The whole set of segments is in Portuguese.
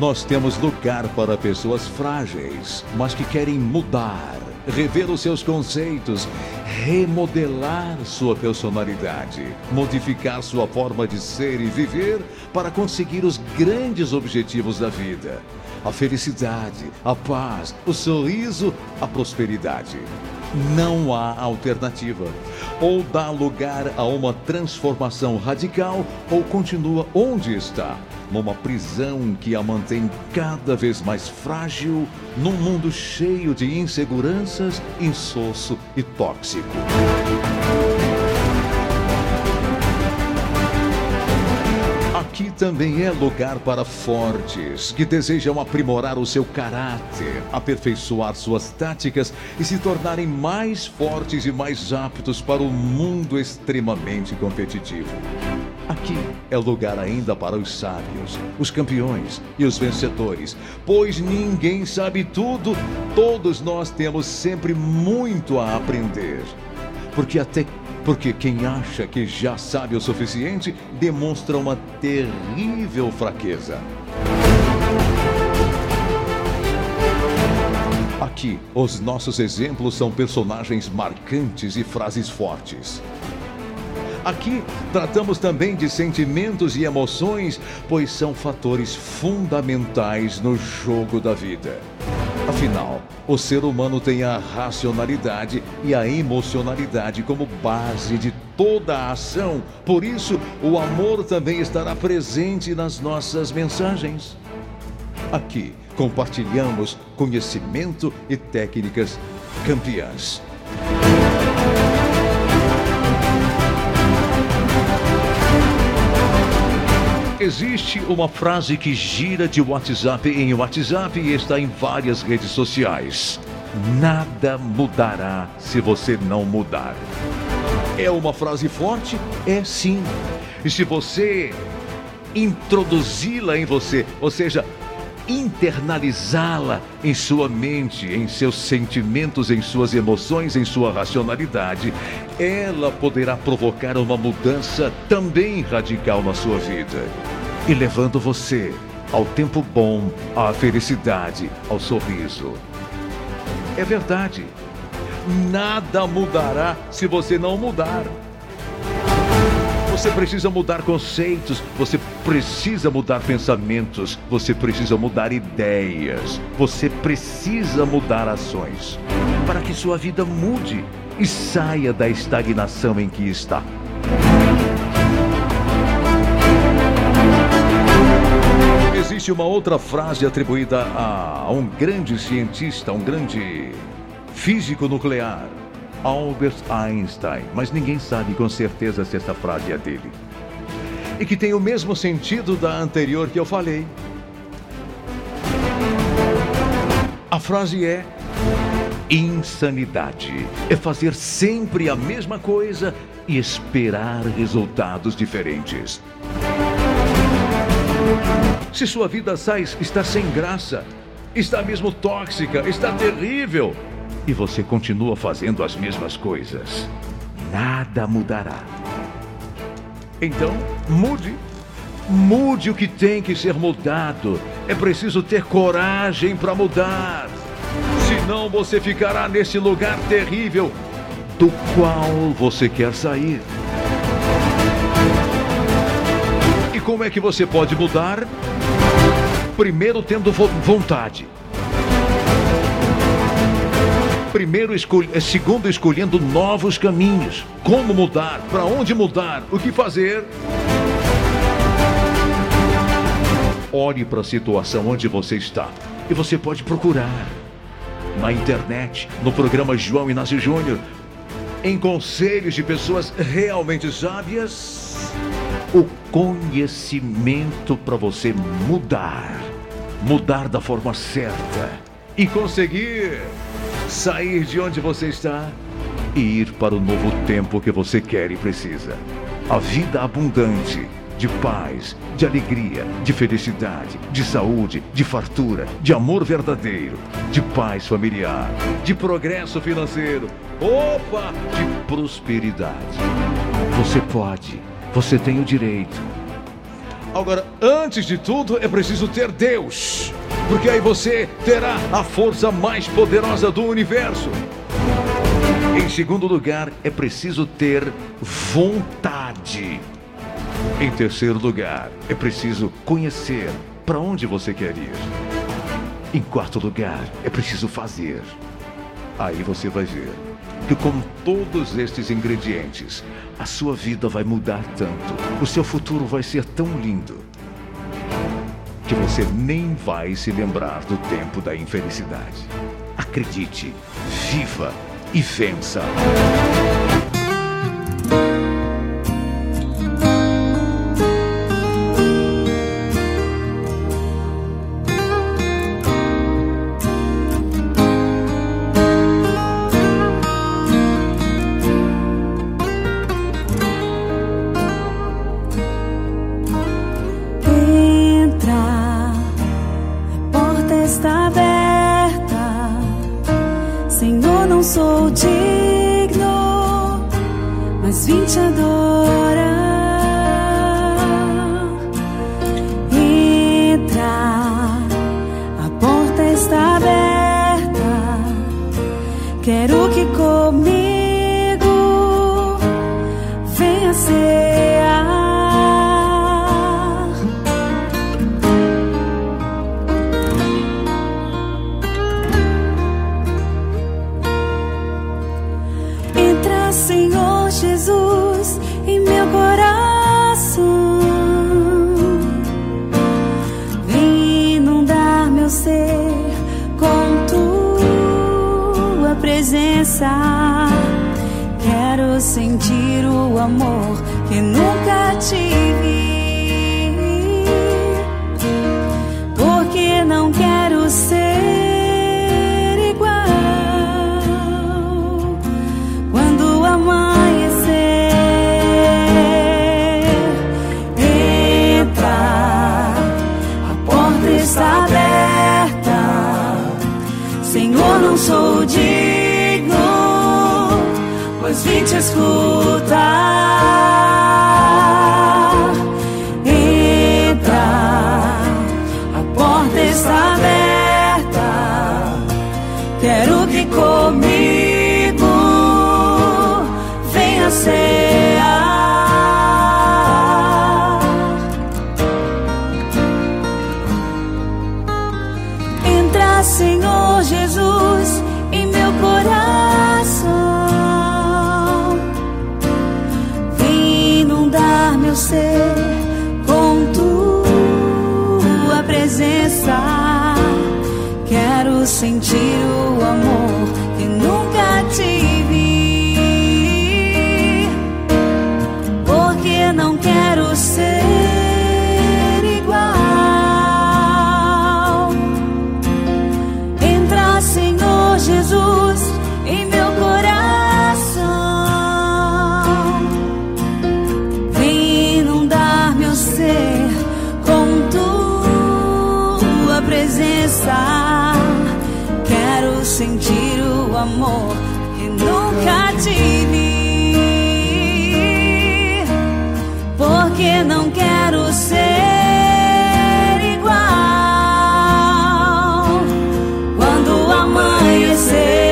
nós temos lugar para pessoas frágeis, mas que querem mudar, rever os seus conceitos, remodelar sua personalidade, modificar sua forma de ser e viver para conseguir os grandes objetivos da vida: a felicidade, a paz, o sorriso, a prosperidade. Não há alternativa. Ou dá lugar a uma transformação radical, ou continua onde está, numa prisão que a mantém cada vez mais frágil, num mundo cheio de inseguranças, insosso e tóxico. Aqui também é lugar para fortes, que desejam aprimorar o seu caráter, aperfeiçoar suas táticas e se tornarem mais fortes e mais aptos para o mundo extremamente competitivo. Aqui é lugar ainda para os sábios, os campeões e os vencedores, pois ninguém sabe tudo, todos nós temos sempre muito a aprender. Porque quem acha que já sabe o suficiente demonstra uma terrível fraqueza. Aqui, os nossos exemplos são personagens marcantes e frases fortes. Aqui, tratamos também de sentimentos e emoções, pois são fatores fundamentais no jogo da vida. Afinal, o ser humano tem a racionalidade e a emocionalidade como base de toda a ação. Por isso, o amor também estará presente nas nossas mensagens. Aqui, compartilhamos conhecimento e técnicas campeãs. Existe uma frase que gira de WhatsApp em WhatsApp e está em várias redes sociais: nada mudará se você não mudar. É uma frase forte? É sim. E se você introduzi-la em você, ou seja, internalizá-la em sua mente, em seus sentimentos, em suas emoções, em sua racionalidade, ela poderá provocar uma mudança também radical na sua vida, e levando você ao tempo bom, à felicidade, ao sorriso. É verdade. Nada mudará se você não mudar. Você precisa mudar conceitos, você precisa mudar pensamentos, você precisa mudar ideias, você precisa mudar ações, para que sua vida mude e saia da estagnação em que está. Existe uma outra frase atribuída a um grande cientista, um grande físico nuclear, Albert Einstein, mas ninguém sabe com certeza se essa frase é dele. E que tem o mesmo sentido da anterior que eu falei. A frase é: insanidade é fazer sempre a mesma coisa e esperar resultados diferentes. Se sua vida está sem graça, está mesmo tóxica, está terrível, e você continua fazendo as mesmas coisas, nada mudará. Então, mude o que tem que ser mudado. É preciso ter coragem para mudar. Senão você ficará nesse lugar terrível do qual você quer sair. E como é que você pode mudar? Primeiro, tendo vontade. Segundo, escolhendo novos caminhos. Como mudar? Para onde mudar? O que fazer? Olhe para a situação onde você está. E você pode procurar na internet, no programa João Inácio Júnior, em conselhos de pessoas realmente sábias, o conhecimento para você mudar da forma certa e conseguir sair de onde você está e ir para o novo tempo que você quer e precisa. A vida abundante, de paz, de alegria, de felicidade, de saúde, de fartura, de amor verdadeiro, de paz familiar, de progresso financeiro, de prosperidade. Você pode, você tem o direito. Agora, antes de tudo, é preciso ter Deus, porque aí você terá a força mais poderosa do universo. Em segundo lugar, é preciso ter vontade. Em terceiro lugar, é preciso conhecer para onde você quer ir. Em quarto lugar, é preciso fazer. Aí você vai ver que com todos estes ingredientes, a sua vida vai mudar tanto, o seu futuro vai ser tão lindo, que você nem vai se lembrar do tempo da infelicidade. Acredite, viva e vença. Não sou digno, mas vim te adorar. Entra, a porta está aberta. Quero que comigo venha cear. Senhor Jesus, em meu coração, vem inundar meu ser com tua presença. Quero sentir o amor que nunca tive, porque não quero ser igual. Amanhecer, entra, a porta está aberta. Senhor, não sou digno, pois vim te escutar. Entra, a porta está aberta. Quero que comigo cear. Entra, Senhor Jesus, em meu coração. Vem inundar meu ser com tua presença. Quero sentir o amor que nunca tive, não quero ser igual. Entra, Senhor Jesus, em meu coração. Vem inundar meu ser com tua presença. Quero sentir o amor que nunca tive, porque não quero ser igual. Quando amanhecer,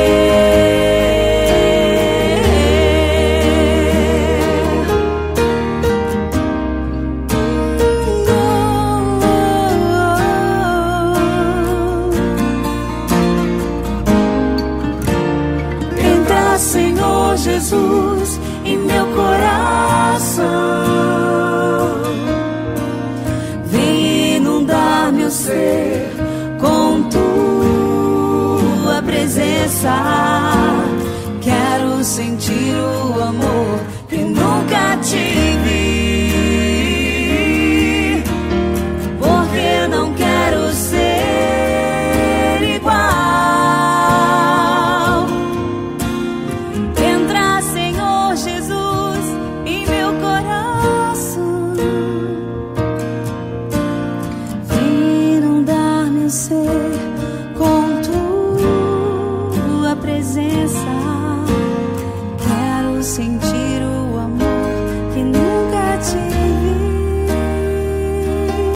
entra, Senhor Jesus, em meu coração. Vem inundar meu ser com tua presença. Quero sentir o amor que